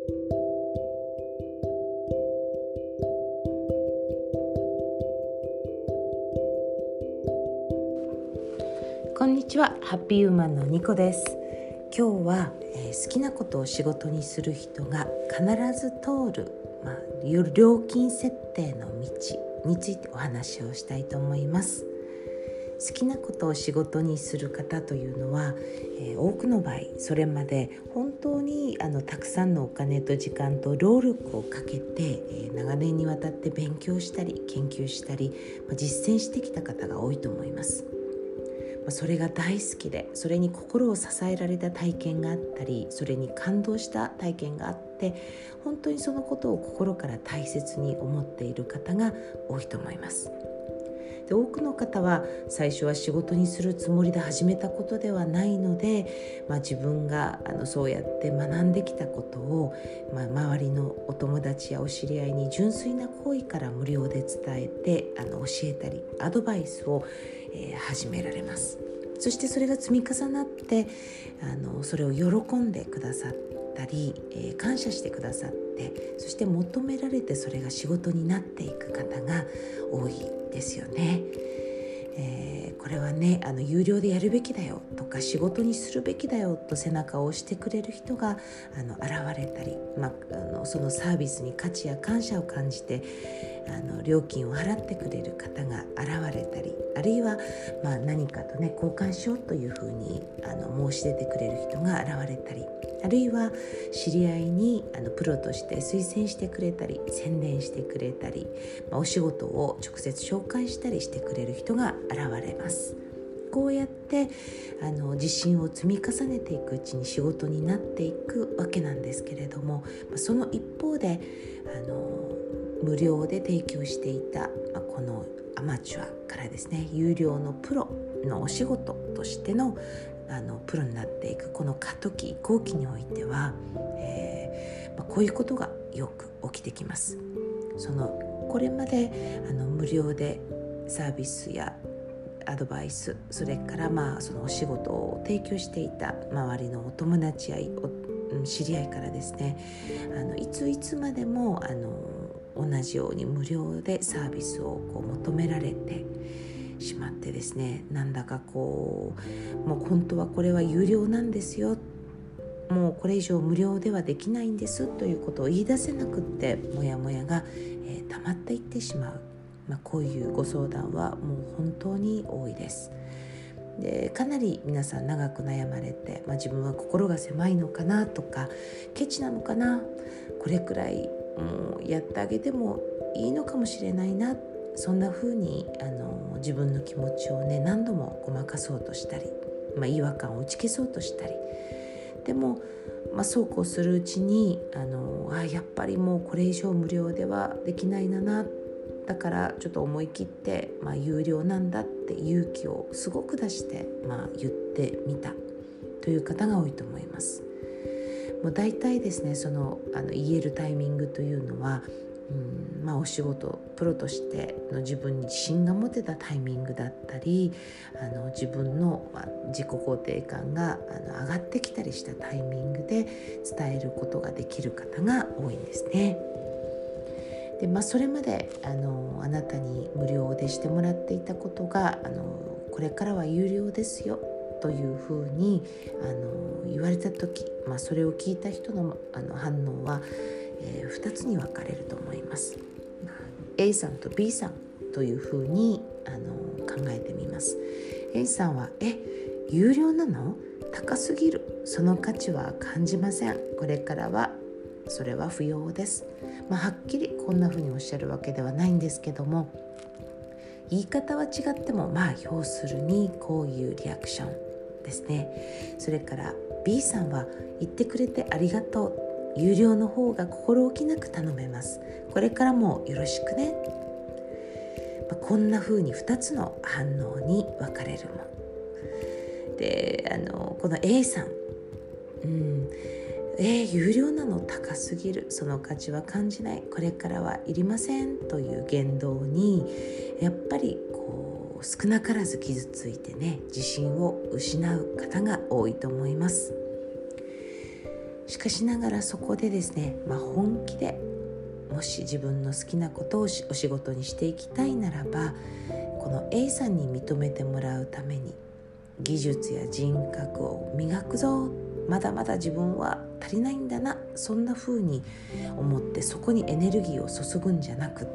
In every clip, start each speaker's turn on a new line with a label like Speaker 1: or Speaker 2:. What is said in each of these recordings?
Speaker 1: こんにちは、ハッピーウーマンのニコです。今日は、好きなことを仕事にする人が必ず通る、料金設定の道についてお話をしたいと思います。好きなことを仕事にする方というのは、多くの場合それまで本当にたくさんのお金と時間と労力をかけて、長年にわたって勉強したり研究したり、実践してきた方が多いと思います。それが大好きで、それに心を支えられた体験があったり、それに感動した体験があって、本当にそのことを心から大切に思っている方が多いと思います。で、多くの方は最初は仕事にするつもりで始めたことではないので、自分がそうやって学んできたことを、周りのお友達やお知り合いに純粋な好意から無料で伝えて教えたりアドバイスを始められます。そしてそれが積み重なってそれを喜んでくださったり、感謝してくださって、そして求められてそれが仕事になっていく方が多いですよね。これはね、有料でやるべきだよとか仕事にするべきだよと背中を押してくれる人が現れたり、そのサービスに価値や感謝を感じて料金を払ってくれる方が現れたり、あるいは何かとね交換しようというふうに申し出てくれる人が現れたり、あるいは知り合いにプロとして推薦してくれたり宣伝してくれたり、お仕事を直接紹介したりしてくれる人が現れます。こうやって自信を積み重ねていくうちに仕事になっていくわけなんですけれども、その一方で無料で提供していた、このアマチュアからですね、有料のプロのお仕事としてのプロになっていくこの過渡期移行期においては、こういうことがよく起きてきます。これまで無料でサービスやアドバイス、それからそのお仕事を提供していた周りのお友達や知り合いからですね、いつまでも同じように無料でサービスを求められてしまってですね、なんだかもう本当はこれは有料なんですよ、もうこれ以上無料ではできないんですということを言い出せなくって、モヤモヤが、溜まっていってしまう、こういうご相談はもう本当に多いです。で、かなり皆さん長く悩まれて、自分は心が狭いのかなとか、ケチなのかな、これくらいやってあげてもいいのかもしれないな、そんな風に自分の気持ちをね何度もごまかそうとしたり、違和感を打ち消そうとしたり、でも、そうこうするうちにやっぱりもうこれ以上無料ではできないな、だからちょっと思い切って、有料なんだって勇気をすごく出して、言ってみたという方が多いと思います。もう大体ですね、言えるタイミングというのは、お仕事プロとしての自分に自信が持てたタイミングだったり、自分の自己肯定感が上がってきたりしたタイミングで伝えることができる方が多いんですね。で、それまであなたに無料でしてもらっていたことがこれからは有料ですよというふうに言われた時、それを聞いた人の反応は、2つに分かれると思います。A さんと B さんというふうに考えてみます。A さんは有料なの？高すぎる。その価値は感じません。これからはそれは不要です。はっきりこんなふうにおっしゃるわけではないんですけども、言い方は違っても要するにこういうリアクションですね。それから B さんは言ってくれてありがとう。有料の方が心置きなく頼めます。これからもよろしくね。こんな風に2つの反応に分かれるもんで、この A さん、有料なの高すぎる、その価値は感じない、これからはいりませんという言動にやっぱり少なからず傷ついてね、自信を失う方が多いと思います。 しかしながらそこでですね、本気でもし自分の好きなことをお仕事にしていきたいならば、この A さんに認めてもらうために技術や人格を磨くぞ、まだまだ自分は足りないんだな、そんな風に思ってそこにエネルギーを注ぐんじゃなくって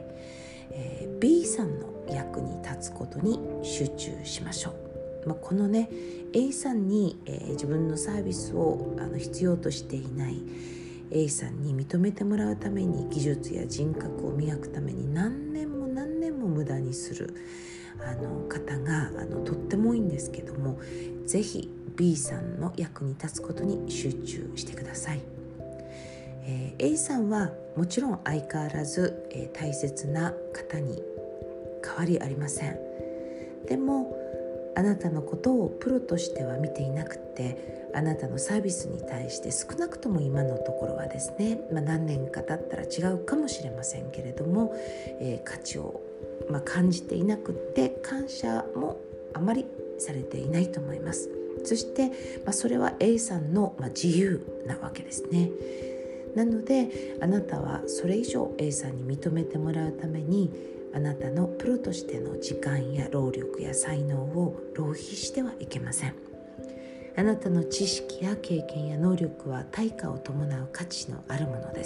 Speaker 1: 、B さんの役に立つことに集中しましょう。このね A さんに、自分のサービスを必要としていない A さんに認めてもらうために技術や人格を磨くために何年も無駄にする方がとっても多いんですけども、ぜひ B さんの役に立つことに集中してください。A さんはもちろん相変わらず、大切な方に変わりありません。でもあなたのことをプロとしては見ていなくて、あなたのサービスに対して少なくとも今のところはですね、何年か経ったら違うかもしれませんけれども、価値を感じていなくって感謝もあまりされていないと思います。そして、それは A さんの自由なわけですね。なのであなたはそれ以上 A さんに認めてもらうために、あなたのプロとしての時間や労力や才能を浪費してはいけません。あなたの知識や経験や能力は対価を伴う価値のあるものです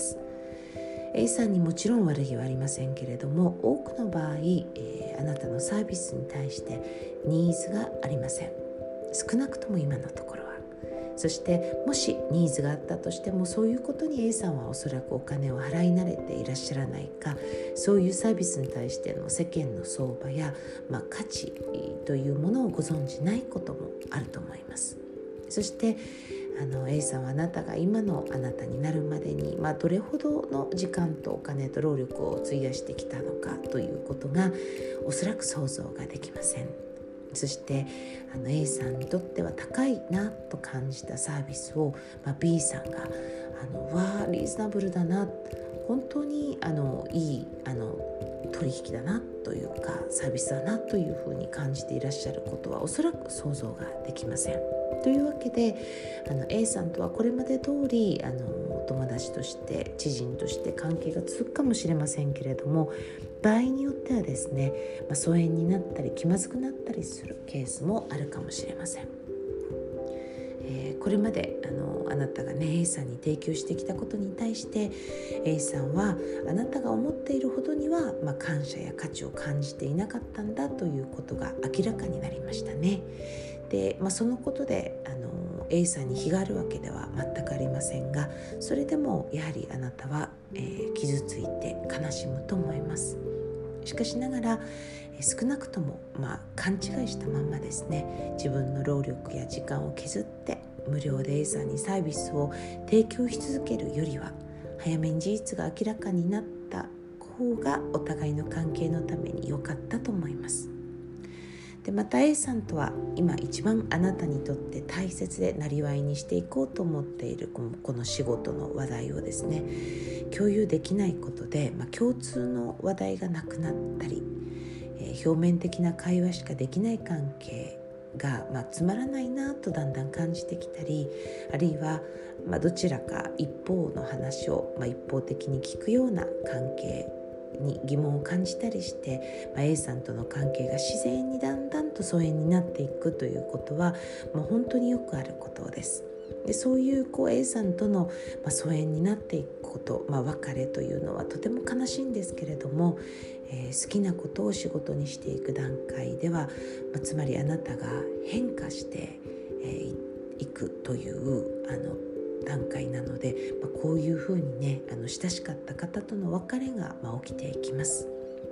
Speaker 1: 。A さんにもちろん悪気はありませんけれども、多くの場合、あなたのサービスに対してニーズがありません。少なくとも今のところは。そしてもしニーズがあったとしても、そういうことに A さんはおそらくお金を払い慣れていらっしゃらないか、そういうサービスに対しての世間の相場や、価値というものをご存じないこともあると思います。そしてA さんはあなたが今のあなたになるまでに、どれほどの時間とお金と労力を費やしてきたのかということがおそらく想像ができません。そしてA さんにとっては高いなと感じたサービスを、B さんがリーズナブルだな、本当にいい取引だなというかサービスだなというふうに感じていらっしゃることはおそらく想像ができません。というわけでA さんとはこれまで通りお友達として知人として関係が続くかもしれませんけれども、場合によってはですね、疎遠になったり気まずくなったりするケースもあるかもしれません。これまであなたがね A さんに提供してきたことに対して A さんはあなたが思っているほどには、感謝や価値を感じていなかったんだということが明らかになりましたね。で、そのことでA さんに非があるわけでは全くありませんが、それでもやはりあなたは、傷ついて悲しむと思います。しかしながら少なくとも、勘違いしたまんまですね、自分の労力や時間を削って無料で A さんにサービスを提供し続けるよりは、早めに事実が明らかになった方がお互いの関係のために良かったと思います。でまた A さんとは今一番あなたにとって大切でなりわいにしていこうと思っているこの仕事の話題をですね、共有できないことで、共通の話題がなくなったり、表面的な会話しかできない関係が、つまらないなとだんだん感じてきたり、あるいは、どちらか一方の話を、一方的に聞くような関係に疑問を感じたりして、A さんとの関係が自然にだんだんと疎遠になっていくということはもう本当によくあることです。でそういう A さんとの疎遠になっていくこと、別れというのはとても悲しいんですけれども、好きなことを仕事にしていく段階では、つまりあなたが変化していくという段階なので、こういうふうにね親しかった方との別れが起きていきます。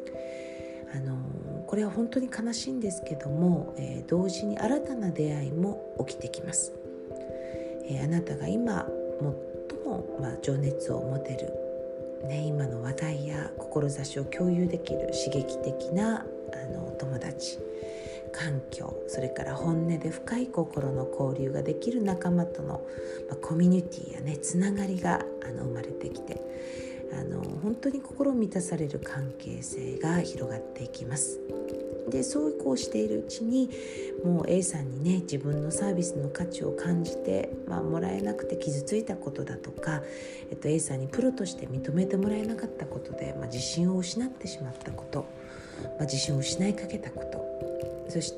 Speaker 1: これは本当に悲しいんですけども、同時に新たな出会いも起きてきます。あなたが今最も、情熱を持てる、今の話題や志を共有できる刺激的な友達、環境、それから本音で深い心の交流ができる仲間との、コミュニティやつながりが生まれてきて、 本当に心満たされる関係性が広がっていきます。でそうこうしているうちにもう A さんにね自分のサービスの価値を感じて、もらえなくて傷ついたことだとか、A さんにプロとして認めてもらえなかったことで、自信を失ってしまったこと、自信を失いかけたこと、そして、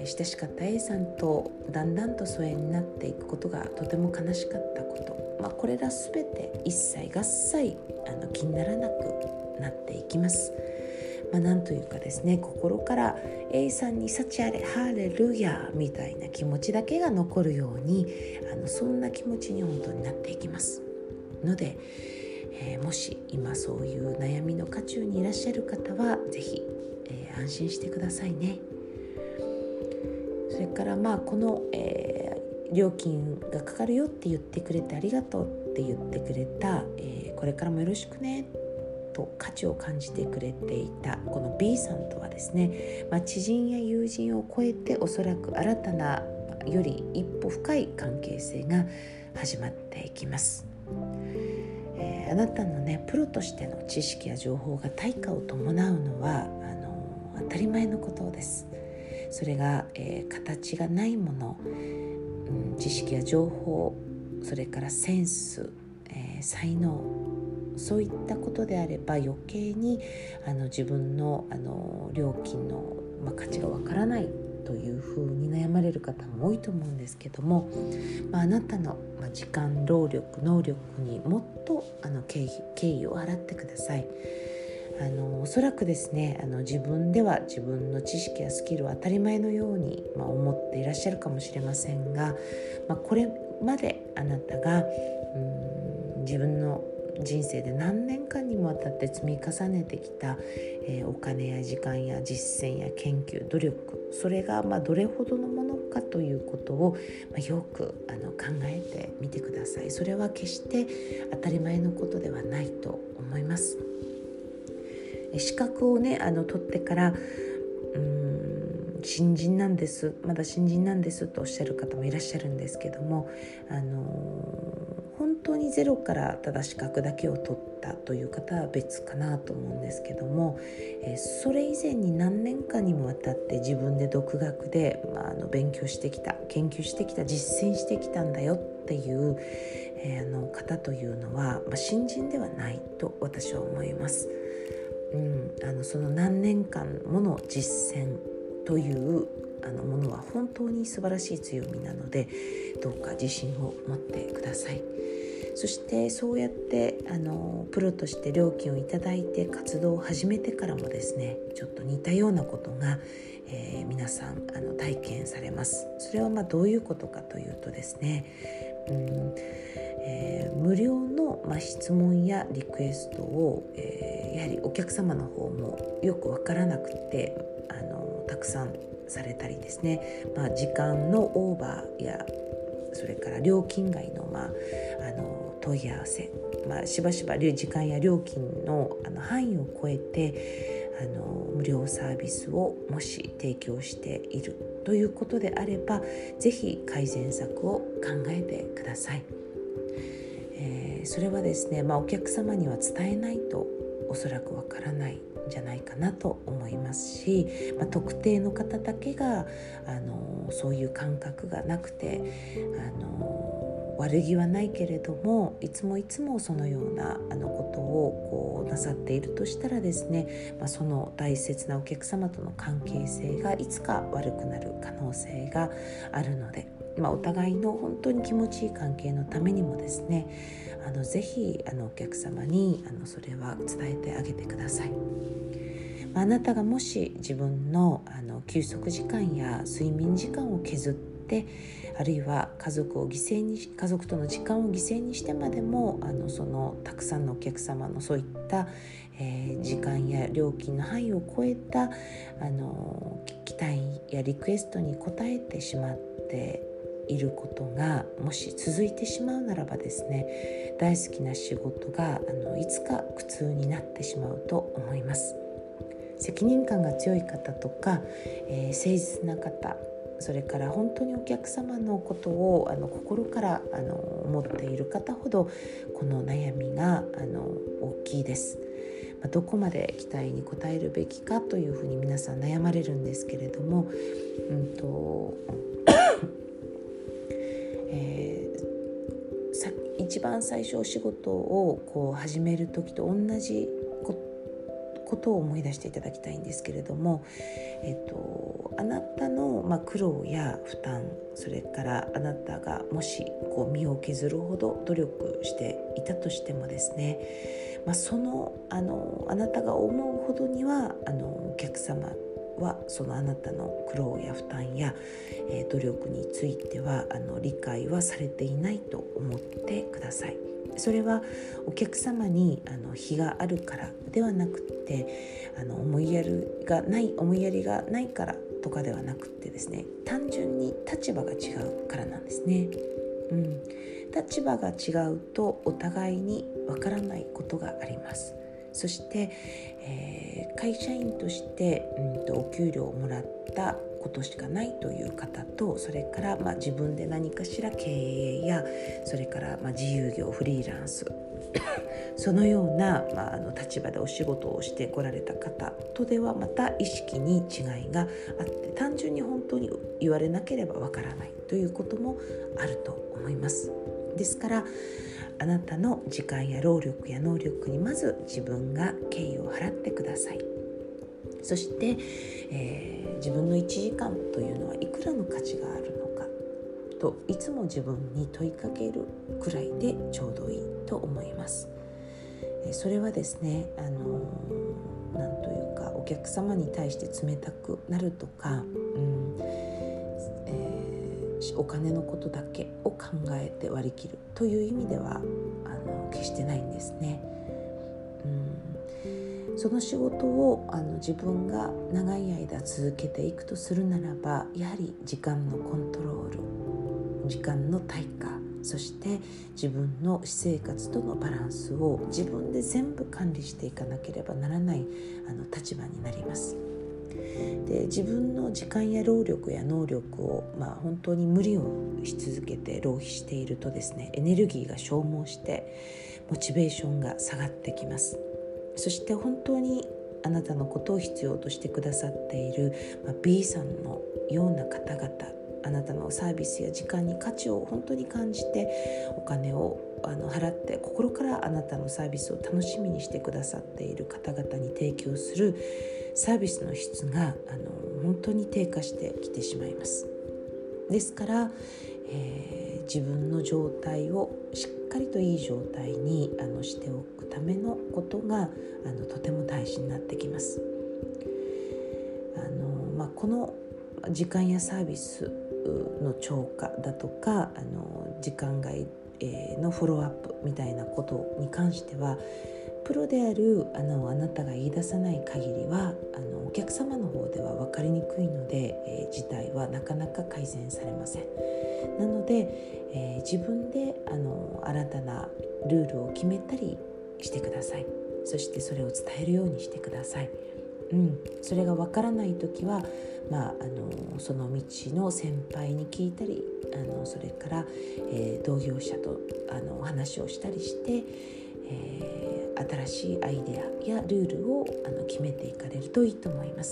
Speaker 1: 親しかった A さんとだんだんと疎遠になっていくことがとても悲しかったこと、これらすべて一切合切気にならなくなっていきます。なんというかですね、心から A さんに幸あれハレルヤみたいな気持ちだけが残るようにそんな気持ちに本当になっていきますので、もし今そういう悩みの渦中にいらっしゃる方はぜひ、安心してくださいね。それからこの、料金がかかるよって言ってくれてありがとうって言ってくれた、これからもよろしくねと価値を感じてくれていたこの B さんとはですね、知人や友人を超えておそらく新たなより一歩深い関係性が始まっていきます。あなたのねプロとしての知識や情報が対価を伴うのは当たり前のことです。それが、形がないもの、知識や情報、それからセンス、才能、そういったことであれば余計に自分の料金の、価値がわからないというふうに悩まれる方も多いと思うんですけども、あなたの時間、労力、能力にもっと敬意を払ってください。おそらくですね自分では自分の知識やスキルを当たり前のように、思っていらっしゃるかもしれませんが、これまであなたが自分の人生で何年間にもわたって積み重ねてきた、お金や時間や実践や研究、努力、それがどれほどのものかということを、よく考えてみてください。それは決して当たり前のことではないと思います。資格をね取ってから新人なんです、まだ新人なんですとおっしゃる方もいらっしゃるんですけども、本当にゼロからただ資格だけを取ったという方は別かなと思うんですけども、それ以前に何年間にもわたって自分で独学で、勉強してきた、研究してきた、実践してきたんだよっていう、方というのは、新人ではないと私は思います。その何年間もの実践というものは本当に素晴らしい強みなので、どうか自信を持ってください。そしてそうやってプロとして料金をいただいて活動を始めてからもですね、ちょっと似たようなことが、皆さん体験されます。それはどういうことかというとですね、無料の、質問やリクエストを、やはりお客様の方もよく分からなくてたくさんされたりですね、時間のオーバーやそれから料金外の、問い合わせ、しばしば時間や料金の範囲を超えて無料サービスをもし提供しているということであれば、ぜひ改善策を考えてください。それはですね、お客様には伝えないとおそらくわからないんじゃないかなと思いますし、特定の方だけがそういう感覚がなくて悪気はないけれどもいつもそのようなことをなさっているとしたらですね、その大切なお客様との関係性がいつか悪くなる可能性があるので、お互いの本当に気持ちいい関係のためにもですね、ぜひお客様にそれは伝えてあげてください。あなたがもし自分の休息時間や睡眠時間を削って、あるいは家族との時間を犠牲にしてまでもそのたくさんのお客様のそういった、時間や料金の範囲を超えた期待やリクエストに応えてしまっていることがもし続いてしまうならばですね、大好きな仕事がいつか苦痛になってしまうと思います。責任感が強い方とか、誠実な方、 それから本当にお客様のことを心から思っている方ほどこの悩みが大きいです。どこまで期待に応えるべきかというふうに皆さん悩まれるんですけれども、一番最初お仕事を始める時と同じことを思い出していただきたいんですけれども、あなたの苦労や負担、それからあなたがもし身を削るほど努力していたとしてもですね、そのあなたが思うほどにはお客様はそのあなたの苦労や負担や、努力については理解はされていないと思ってください。それはお客様に非があるからではなくて、思いやりがないからとかではなくてですね、単純に立場が違うからなんですね。立場が違うとお互いにわからないことがあります。そして、会社員として、お給料をもらったことしかないという方と、それから、自分で何かしら経営や、それから、自由業フリーランスそのような、立場でお仕事をしてこられた方とではまた意識に違いがあって、単純に本当に言われなければわからないということもあると思います。ですからあなたの時間や労力や能力にまず自分が敬意を払ってください。そして、自分の1時間というのはいくらの価値があるのかといつも自分に問いかけるくらいでちょうどいいと思います。それはですね、なんというかお客様に対して冷たくなるとか、お金のことだけを考えて割り切るという意味では決してないんですね。その仕事を自分が長い間続けていくとするならば、やはり時間のコントロール、時間の対価、そして自分の私生活とのバランスを自分で全部管理していかなければならない立場になります。で、自分の時間や労力や能力を、本当に無理をし続けて浪費しているとですね、エネルギーが消耗してモチベーションが下がってきます。そして本当にあなたのことを必要としてくださっている、B さんのような方々、あなたのサービスや時間に価値を本当に感じてお金を払って心からあなたのサービスを楽しみにしてくださっている方々に提供するサービスの質が本当に低下してきてしまいます。ですから、自分の状態をしっかりといい状態にしておくためのことがとても大事になってきます。この時間やサービスの超過だとか時間外のフォローアップみたいなことに関しては、プロであるあなたが言い出さない限りはお客様の方では分かりにくいので、事態はなかなか改善されません。なので、自分で新たなルールを決めたりしてください。そしてそれを伝えるようにしてください。それが分からないときは、その道の先輩に聞いたりそれから、同業者とお話をしたりして、新しいアイデアやルールを決めていかれるといいと思います。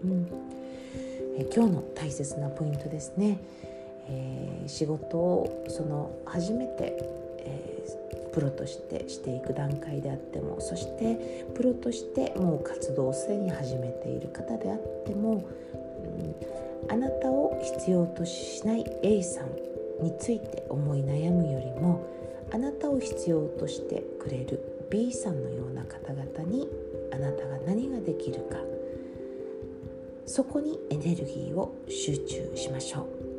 Speaker 1: 今日の大切なポイントですね。仕事を初めて、プロとしていく段階であっても、そしてプロとしてもう活動をすでに始めている方であっても、あなたを必要としない A さんについて思い悩むよりも、あなたを必要としてくれる B さんのような方々にあなたが何ができるか、そこにエネルギーを集中しましょう。